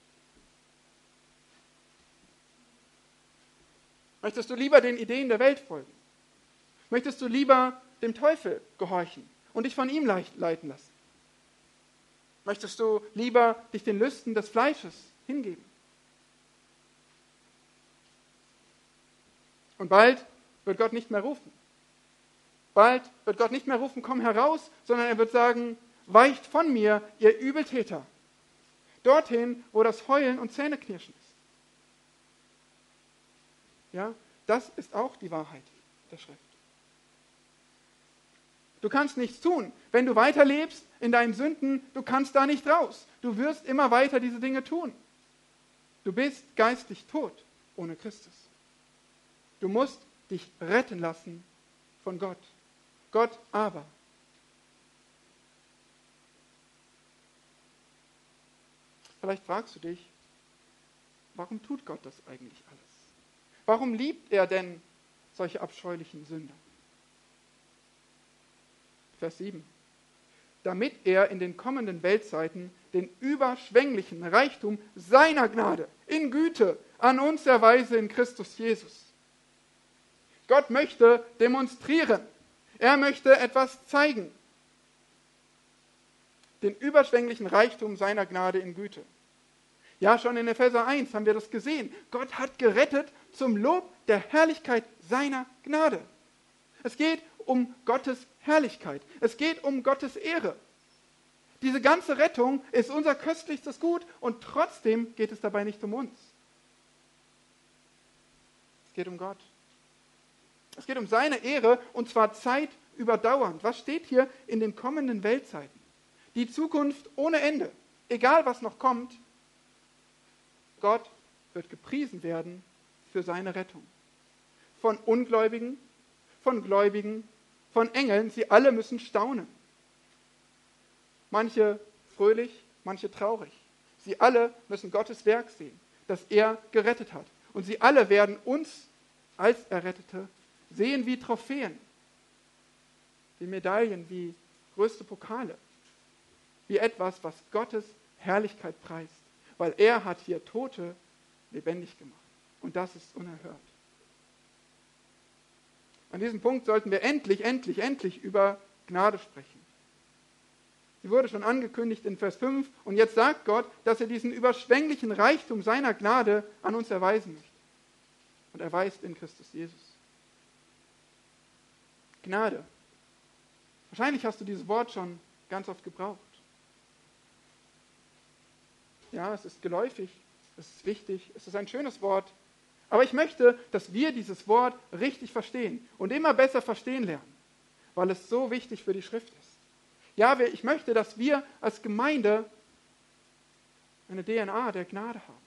Möchtest du lieber den Ideen der Welt folgen? Möchtest du lieber dem Teufel gehorchen und dich von ihm leiten lassen? Möchtest du lieber dich den Lüsten des Fleisches hingeben? Und bald wird Gott nicht mehr rufen. Bald wird Gott nicht mehr rufen, komm heraus, sondern er wird sagen, weicht von mir, ihr Übeltäter. Dorthin, wo das Heulen und Zähneknirschen ist. Ja, das ist auch die Wahrheit der Schrift. Du kannst nichts tun. Wenn du weiterlebst in deinen Sünden, du kannst da nicht raus. Du wirst immer weiter diese Dinge tun. Du bist geistlich tot ohne Christus. Du musst dich retten lassen von Gott. Gott aber. Vielleicht fragst du dich, warum tut Gott das eigentlich alles? Warum liebt er denn solche abscheulichen Sünder? Vers 7. Damit er in den kommenden Weltzeiten den überschwänglichen Reichtum seiner Gnade in Güte an uns erweise in Christus Jesus. Gott möchte demonstrieren. Er möchte etwas zeigen. Den überschwänglichen Reichtum seiner Gnade in Güte. Ja, schon in Epheser 1 haben wir das gesehen. Gott hat gerettet zum Lob der Herrlichkeit seiner Gnade. Es geht um Gottes Herrlichkeit. Es geht um Gottes Ehre. Diese ganze Rettung ist unser köstlichstes Gut und trotzdem geht es dabei nicht um uns. Es geht um Gott. Es geht um seine Ehre und zwar zeitüberdauernd. Was steht hier in den kommenden Weltzeiten? Die Zukunft ohne Ende. Egal was noch kommt, Gott wird gepriesen werden für seine Rettung. Von Ungläubigen, von Gläubigen, von Engeln, sie alle müssen staunen. Manche fröhlich, manche traurig. Sie alle müssen Gottes Werk sehen, das er gerettet hat. Und sie alle werden uns als Errettete sehen wie Trophäen, wie Medaillen, wie größte Pokale, wie etwas, was Gottes Herrlichkeit preist. Weil er hat hier Tote lebendig gemacht. Und das ist unerhört. An diesem Punkt sollten wir endlich über Gnade sprechen. Sie wurde schon angekündigt in Vers 5 und jetzt sagt Gott, dass er diesen überschwänglichen Reichtum seiner Gnade an uns erweisen möchte. Und erweist in Christus Jesus. Gnade. Wahrscheinlich hast du dieses Wort schon ganz oft gebraucht. Ja, es ist geläufig, es ist wichtig, es ist ein schönes Wort. Aber ich möchte, dass wir dieses Wort richtig verstehen und immer besser verstehen lernen, weil es so wichtig für die Schrift ist. Ja, ich möchte, dass wir als Gemeinde eine DNA der Gnade haben.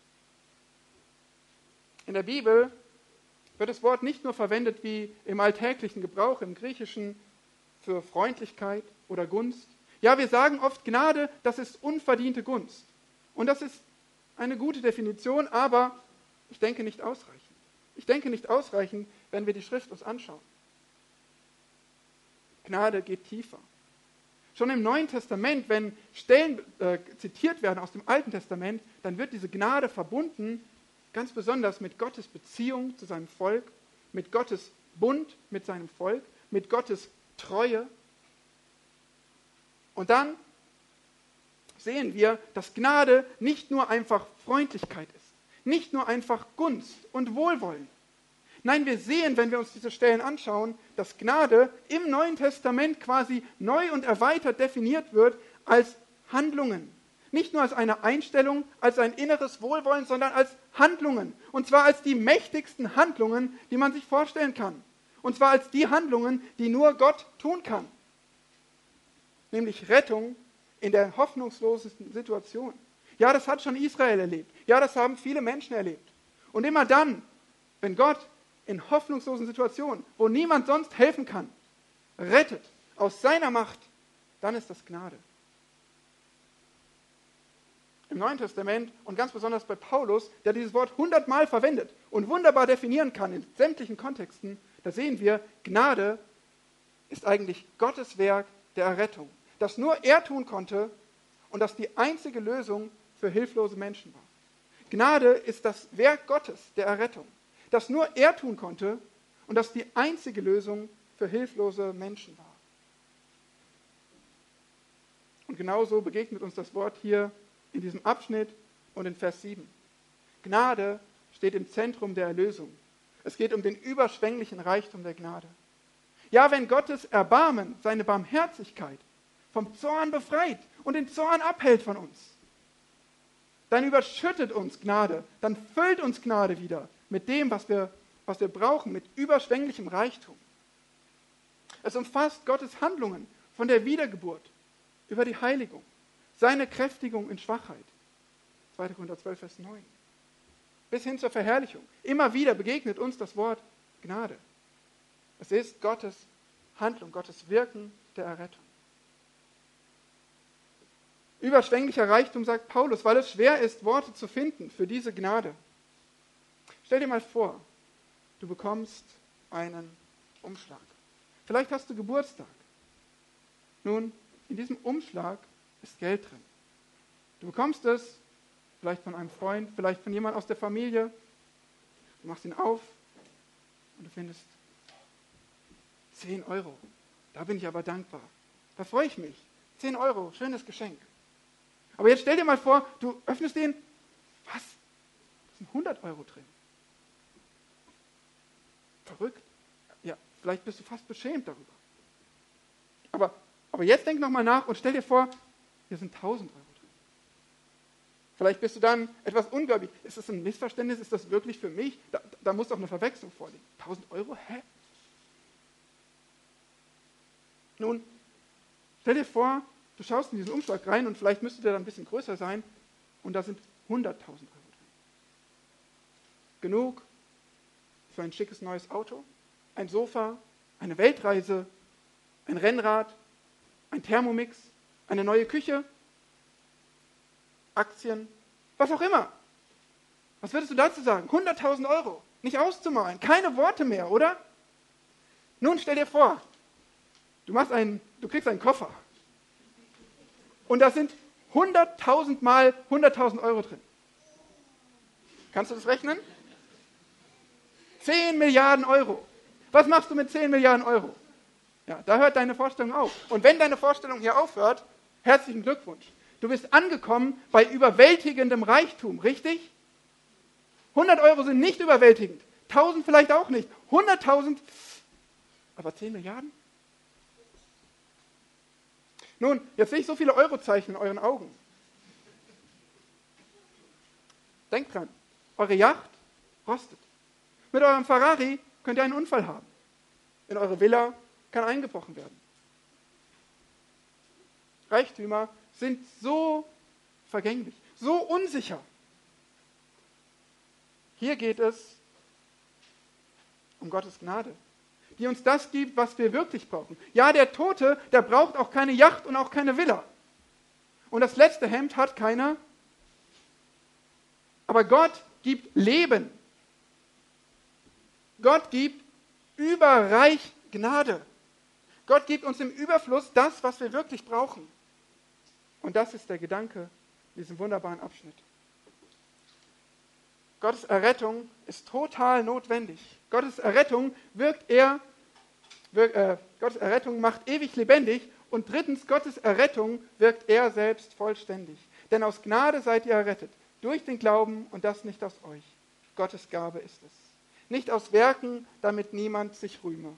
In der Bibel wird das Wort nicht nur verwendet wie im alltäglichen Gebrauch, im Griechischen für Freundlichkeit oder Gunst. Ja, wir sagen oft Gnade, das ist unverdiente Gunst. Und das ist eine gute Definition, aber ich denke nicht ausreichend. Ich denke nicht ausreichend, wenn wir die Schrift uns anschauen. Gnade geht tiefer. Schon im Neuen Testament, wenn Stellen zitiert werden aus dem Alten Testament, dann wird diese Gnade verbunden ganz besonders mit Gottes Beziehung zu seinem Volk, mit Gottes Bund mit seinem Volk, mit Gottes Treue. Und dann sehen wir, dass Gnade nicht nur einfach Freundlichkeit ist, nicht nur einfach Gunst und Wohlwollen. Nein, wir sehen, wenn wir uns diese Stellen anschauen, dass Gnade im Neuen Testament quasi neu und erweitert definiert wird als Handlungen. Nicht nur als eine Einstellung, als ein inneres Wohlwollen, sondern als Handlungen. Und zwar als die mächtigsten Handlungen, die man sich vorstellen kann. Und zwar als die Handlungen, die nur Gott tun kann. Nämlich Rettung in der hoffnungslosesten Situation. Ja, das hat schon Israel erlebt. Ja, das haben viele Menschen erlebt. Und immer dann, wenn Gott in hoffnungslosen Situationen, wo niemand sonst helfen kann, rettet aus seiner Macht, dann ist das Gnade. Im Neuen Testament und ganz besonders bei Paulus, der dieses Wort 100-mal verwendet und wunderbar definieren kann in sämtlichen Kontexten, da sehen wir, Gnade ist eigentlich Gottes Werk der Errettung, das nur er tun konnte und das die einzige Lösung für hilflose Menschen war. Gnade ist das Werk Gottes der Errettung, das nur er tun konnte und das die einzige Lösung für hilflose Menschen war. Und genauso begegnet uns das Wort hier in diesem Abschnitt und in Vers 7. Gnade steht im Zentrum der Erlösung. Es geht um den überschwänglichen Reichtum der Gnade. Ja, wenn Gottes Erbarmen, seine Barmherzigkeit vom Zorn befreit und den Zorn abhält von uns, dann überschüttet uns Gnade, dann füllt uns Gnade wieder mit dem, was wir brauchen, mit überschwänglichem Reichtum. Es umfasst Gottes Handlungen von der Wiedergeburt über die Heiligung, seine Kräftigung in Schwachheit. 2. Korinther 12, Vers 9. Bis hin zur Verherrlichung. Immer wieder begegnet uns das Wort Gnade. Es ist Gottes Handlung, Gottes Wirken der Errettung. Überschwänglicher Reichtum, sagt Paulus, weil es schwer ist, Worte zu finden für diese Gnade. Stell dir mal vor, du bekommst einen Umschlag. Vielleicht hast du Geburtstag. Nun, in diesem Umschlag ist Geld drin. Du bekommst es vielleicht von einem Freund, vielleicht von jemand aus der Familie. Du machst ihn auf und du findest 10 Euro. Da bin ich aber dankbar. Da freue ich mich. 10 Euro, schönes Geschenk. Aber jetzt stell dir mal vor, du öffnest den, was? Da sind 100 Euro drin. Verrückt. Ja, vielleicht bist du fast beschämt darüber. Aber jetzt denk nochmal nach und stell dir vor, hier sind 1000 Euro drin. Vielleicht bist du dann etwas ungläubig. Ist das ein Missverständnis? Ist das wirklich für mich? Da muss doch eine Verwechslung vorliegen. 1000 Euro? Hä? Nun, stell dir vor, du schaust in diesen Umschlag rein und vielleicht müsste der dann ein bisschen größer sein und da sind 100.000 Euro drin. Genug für ein schickes neues Auto, ein Sofa, eine Weltreise, ein Rennrad, ein Thermomix, eine neue Küche, Aktien, was auch immer. Was würdest du dazu sagen? 100.000 Euro, nicht auszumalen, keine Worte mehr, oder? Nun stell dir vor, du kriegst einen Koffer und da sind 100.000 mal 100.000 Euro drin. Kannst du das rechnen? 10 Milliarden Euro. Was machst du mit 10 Milliarden Euro? Ja, da hört deine Vorstellung auf. Und wenn deine Vorstellung hier aufhört, herzlichen Glückwunsch. Du bist angekommen bei überwältigendem Reichtum, richtig? 100 Euro sind nicht überwältigend. 1000 vielleicht auch nicht. 100.000, aber 10 Milliarden? Nun, jetzt sehe ich so viele Eurozeichen in euren Augen. Denkt dran, eure Yacht rostet. Mit eurem Ferrari könnt ihr einen Unfall haben. In eure Villa kann eingebrochen werden. Reichtümer sind so vergänglich, so unsicher. Hier geht es um Gottes Gnade, die uns das gibt, was wir wirklich brauchen. Ja, der Tote, der braucht auch keine Yacht und auch keine Villa. Und das letzte Hemd hat keiner. Aber Gott gibt Leben. Gott gibt überreich Gnade. Gott gibt uns im Überfluss das, was wir wirklich brauchen. Und das ist der Gedanke in diesem wunderbaren Abschnitt. Gottes Errettung ist total notwendig. Gottes Errettung Gottes Errettung macht ewig lebendig. Und drittens, Gottes Errettung wirkt er selbst vollständig. Denn aus Gnade seid ihr errettet, durch den Glauben und das nicht aus euch. Gottes Gabe ist es. Nicht aus Werken, damit niemand sich rühme.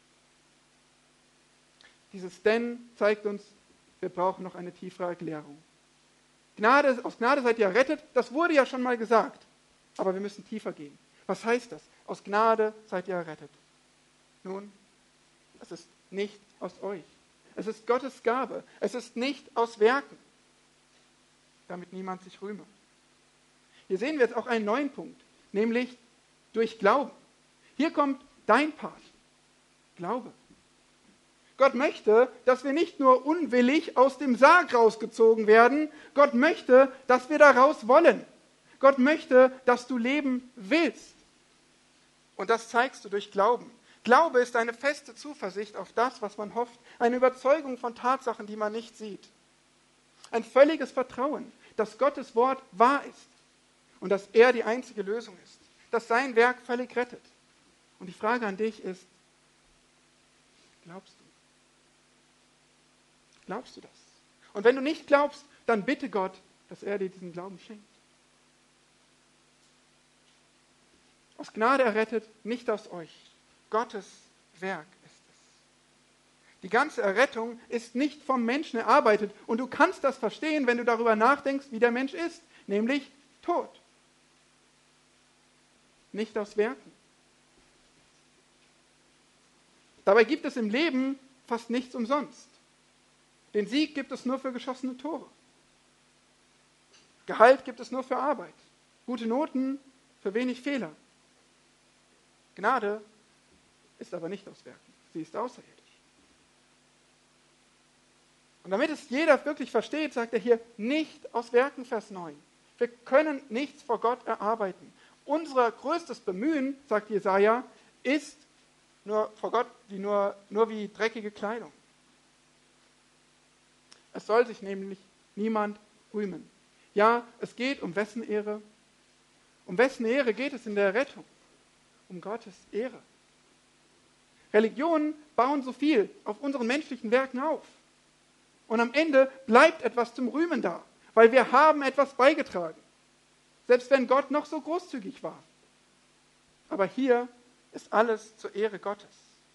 Dieses Denn zeigt uns, wir brauchen noch eine tiefere Erklärung. Aus Gnade seid ihr errettet, das wurde ja schon mal gesagt. Aber wir müssen tiefer gehen. Was heißt das? Aus Gnade seid ihr errettet. Nun, es ist nicht aus euch. Es ist Gottes Gabe. Es ist nicht aus Werken, damit niemand sich rühme. Hier sehen wir jetzt auch einen neuen Punkt, nämlich durch Glauben. Hier kommt dein Part. Glaube. Gott möchte, dass wir nicht nur unwillig aus dem Sarg rausgezogen werden. Gott möchte, dass wir daraus wollen. Gott möchte, dass du leben willst. Und das zeigst du durch Glauben. Glaube ist eine feste Zuversicht auf das, was man hofft. Eine Überzeugung von Tatsachen, die man nicht sieht. Ein völliges Vertrauen, dass Gottes Wort wahr ist und dass er die einzige Lösung ist. Dass sein Werk völlig rettet. Und die Frage an dich ist, glaubst du? Glaubst du das? Und wenn du nicht glaubst, dann bitte Gott, dass er dir diesen Glauben schenkt. Aus Gnade errettet, nicht aus euch. Gottes Werk ist es. Die ganze Errettung ist nicht vom Menschen erarbeitet. Und du kannst das verstehen, wenn du darüber nachdenkst, wie der Mensch ist, nämlich tot. Nicht aus Werken. Dabei gibt es im Leben fast nichts umsonst. Den Sieg gibt es nur für geschossene Tore. Gehalt gibt es nur für Arbeit. Gute Noten für wenig Fehler. Gnade ist aber nicht aus Werken. Sie ist außerirdisch. Und damit es jeder wirklich versteht, sagt er hier, nicht aus Werken, Vers 9. Wir können nichts vor Gott erarbeiten. Unser größtes Bemühen, sagt Jesaja, ist nur vor Gott nur wie dreckige Kleidung. Es soll sich nämlich niemand rühmen. Ja, es geht um wessen Ehre? Um wessen Ehre geht es in der Rettung? Um Gottes Ehre. Religionen bauen so viel auf unseren menschlichen Werken auf. Und am Ende bleibt etwas zum Rühmen da, weil wir haben etwas beigetragen. Selbst wenn Gott noch so großzügig war. Aber hier ist alles zur Ehre Gottes.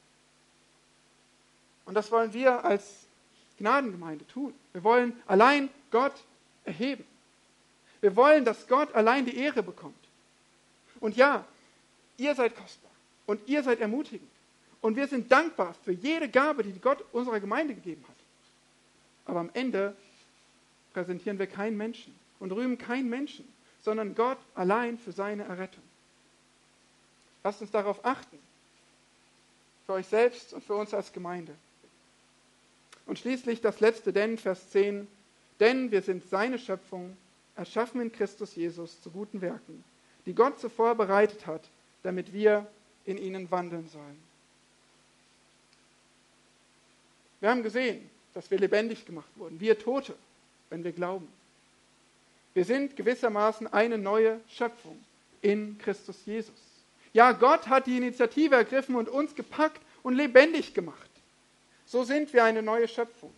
Und das wollen wir als Gnadengemeinde tun. Wir wollen allein Gott erheben. Wir wollen, dass Gott allein die Ehre bekommt. Und ja, ihr seid kostbar und ihr seid ermutigend. Und wir sind dankbar für jede Gabe, die Gott unserer Gemeinde gegeben hat. Aber am Ende präsentieren wir keinen Menschen und rühmen keinen Menschen, sondern Gott allein für seine Errettung. Lasst uns darauf achten, für euch selbst und für uns als Gemeinde. Und schließlich das letzte Denn, Vers 10. Denn wir sind seine Schöpfung, erschaffen in Christus Jesus zu guten Werken, die Gott zuvor bereitet hat, damit wir in ihnen wandeln sollen. Wir haben gesehen, dass wir lebendig gemacht wurden, wir Tote, wenn wir glauben. Wir sind gewissermaßen eine neue Schöpfung in Christus Jesus. Ja, Gott hat die Initiative ergriffen und uns gepackt und lebendig gemacht. So sind wir eine neue Schöpfung.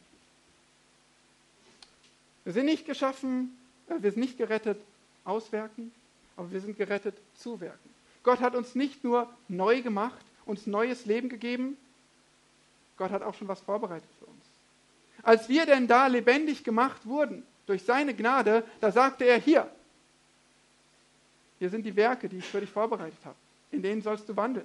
Wir sind nicht geschaffen, wir sind nicht gerettet aus Werken, aber wir sind gerettet zu Werken. Gott hat uns nicht nur neu gemacht, uns neues Leben gegeben, Gott hat auch schon was vorbereitet für uns. Als wir denn da lebendig gemacht wurden, durch seine Gnade, da sagte er, hier sind die Werke, die ich für dich vorbereitet habe. In denen sollst du wandeln.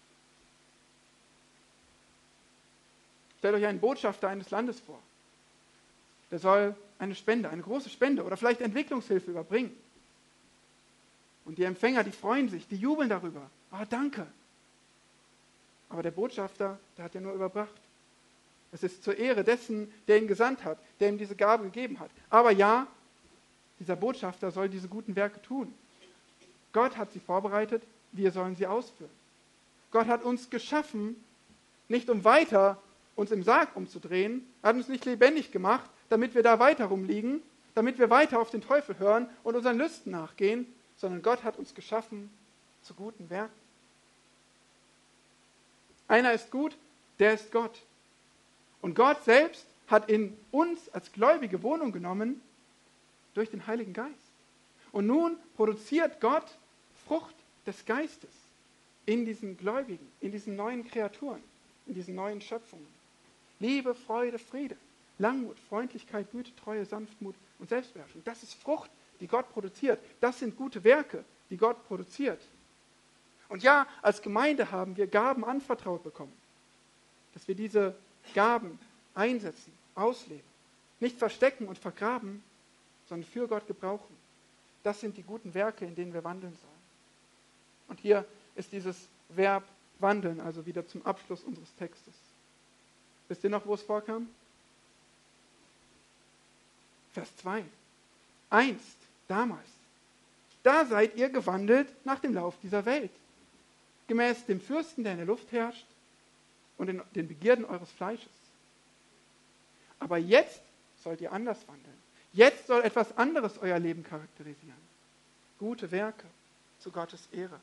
Stellt euch einen Botschafter eines Landes vor. Der soll eine Spende, eine große Spende oder vielleicht Entwicklungshilfe überbringen. Und die Empfänger, die freuen sich, die jubeln darüber. Ah, danke. Aber der Botschafter, der hat ja nur überbracht. Es ist zur Ehre dessen, der ihn gesandt hat, der ihm diese Gabe gegeben hat. Aber ja, dieser Botschafter soll diese guten Werke tun. Gott hat sie vorbereitet, wir sollen sie ausführen. Gott hat uns geschaffen, nicht um weiter uns im Sarg umzudrehen, er hat uns nicht lebendig gemacht, damit wir da weiter rumliegen, damit wir weiter auf den Teufel hören und unseren Lüsten nachgehen, sondern Gott hat uns geschaffen zu guten Werken. Einer ist gut, der ist Gott. Und Gott selbst hat in uns als Gläubige Wohnung genommen durch den Heiligen Geist. Und nun produziert Gott Frucht des Geistes in diesen Gläubigen, in diesen neuen Kreaturen, in diesen neuen Schöpfungen. Liebe, Freude, Friede, Langmut, Freundlichkeit, Güte, Treue, Sanftmut und Selbstbeherrschung. Das ist Frucht, die Gott produziert. Das sind gute Werke, die Gott produziert. Und ja, als Gemeinde haben wir Gaben anvertraut bekommen, dass wir diese Gaben einsetzen, ausleben, nicht verstecken und vergraben, sondern für Gott gebrauchen. Das sind die guten Werke, in denen wir wandeln sollen. Und hier ist dieses Verb wandeln, also wieder zum Abschluss unseres Textes. Wisst ihr noch, wo es vorkam? Vers 2. Einst, damals, da seid ihr gewandelt nach dem Lauf dieser Welt, gemäß dem Fürsten, der in der Luft herrscht und in den Begierden eures Fleisches. Aber jetzt sollt ihr anders wandeln. Jetzt soll etwas anderes euer Leben charakterisieren. Gute Werke zu Gottes Ehre.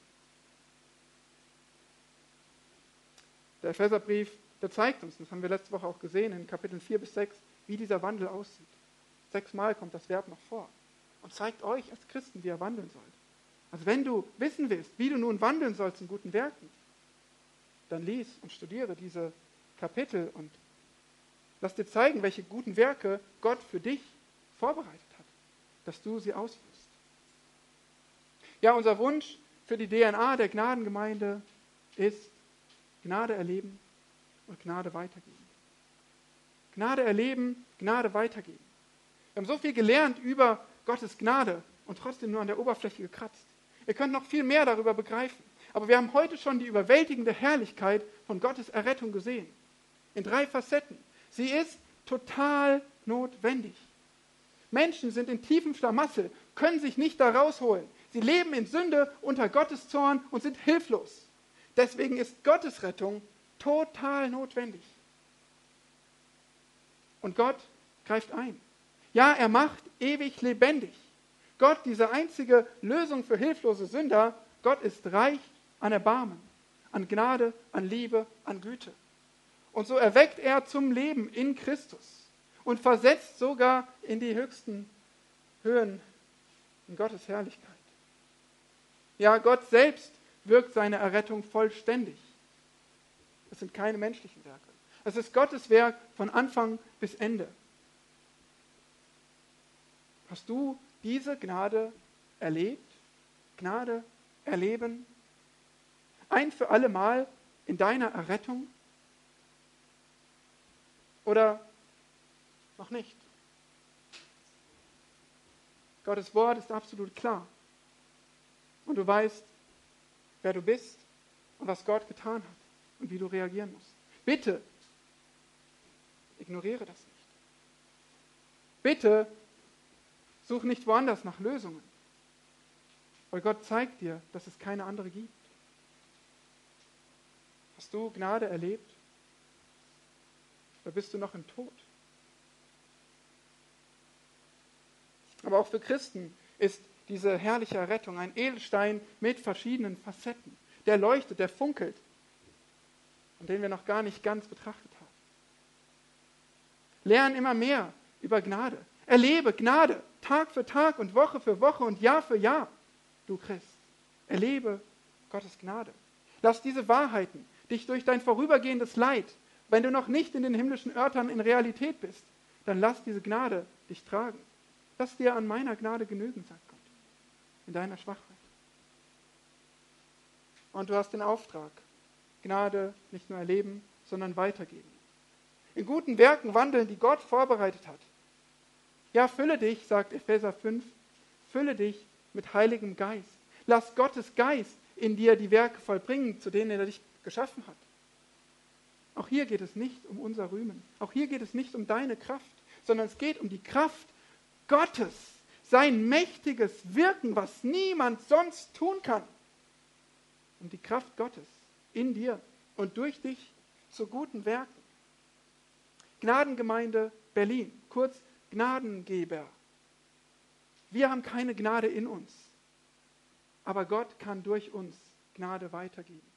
Der Epheserbrief, der zeigt uns, das haben wir letzte Woche auch gesehen, in Kapiteln 4 bis 6, wie dieser Wandel aussieht. 6-mal kommt das Verb noch vor und zeigt euch als Christen, wie ihr wandeln sollt. Also wenn du wissen willst, wie du nun wandeln sollst in guten Werken, dann lies und studiere diese Kapitel und lass dir zeigen, welche guten Werke Gott für dich vorbereitet hat, dass du sie ausführst. Ja, unser Wunsch für die DNA der Gnadengemeinde ist Gnade erleben, und Gnade weitergeben. Gnade erleben, Gnade weitergeben. Wir haben so viel gelernt über Gottes Gnade und trotzdem nur an der Oberfläche gekratzt. Ihr könnt noch viel mehr darüber begreifen. Aber wir haben heute schon die überwältigende Herrlichkeit von Gottes Errettung gesehen. In 3 Facetten. Sie ist total notwendig. Menschen sind in tiefem Schlamassel, können sich nicht da rausholen. Sie leben in Sünde unter Gottes Zorn und sind hilflos. Deswegen ist Gottes Rettung total notwendig. Und Gott greift ein. Ja, er macht ewig lebendig. Gott, diese einzige Lösung für hilflose Sünder, Gott ist reich an Erbarmen, an Gnade, an Liebe, an Güte. Und so erweckt er zum Leben in Christus und versetzt sogar in die höchsten Höhen in Gottes Herrlichkeit. Ja, Gott selbst wirkt seine Errettung vollständig. Es sind keine menschlichen Werke. Es ist Gottes Werk von Anfang bis Ende. Hast du diese Gnade erlebt? Gnade erleben? Ein für alle Mal in deiner Errettung? Oder noch nicht? Gottes Wort ist absolut klar. Und du weißt, wer du bist und was Gott getan hat und wie du reagieren musst. Bitte, ignoriere das nicht. Bitte, such nicht woanders nach Lösungen. Weil Gott zeigt dir, dass es keine andere gibt. Hast du Gnade erlebt? Oder bist du noch im Tod? Aber auch für Christen ist diese herrliche Errettung ein Edelstein mit verschiedenen Facetten. Der leuchtet, der funkelt, und den wir noch gar nicht ganz betrachtet haben. Lern immer mehr über Gnade. Erlebe Gnade Tag für Tag und Woche für Woche und Jahr für Jahr, du Christ. Erlebe Gottes Gnade. Lass diese Wahrheiten dich durch dein vorübergehendes Leid, wenn du noch nicht in den himmlischen Örtern in Realität bist, dann lass diese Gnade dich tragen. Lass dir an meiner Gnade genügen, sagt Gott, in deiner Schwachheit. Und du hast den Auftrag, Gnade nicht nur erleben, sondern weitergeben. In guten Werken wandeln, die Gott vorbereitet hat. Ja, fülle dich, sagt Epheser 5, fülle dich mit Heiligem Geist. Lass Gottes Geist in dir die Werke vollbringen, zu denen er dich geschaffen hat. Auch hier geht es nicht um unser Rühmen. Auch hier geht es nicht um deine Kraft, sondern es geht um die Kraft Gottes, sein mächtiges Wirken, was niemand sonst tun kann. Um die Kraft Gottes in dir und durch dich zu guten Werken. Gnadengemeinde Berlin, kurz Gnadengeber. Wir haben keine Gnade in uns, aber Gott kann durch uns Gnade weitergeben.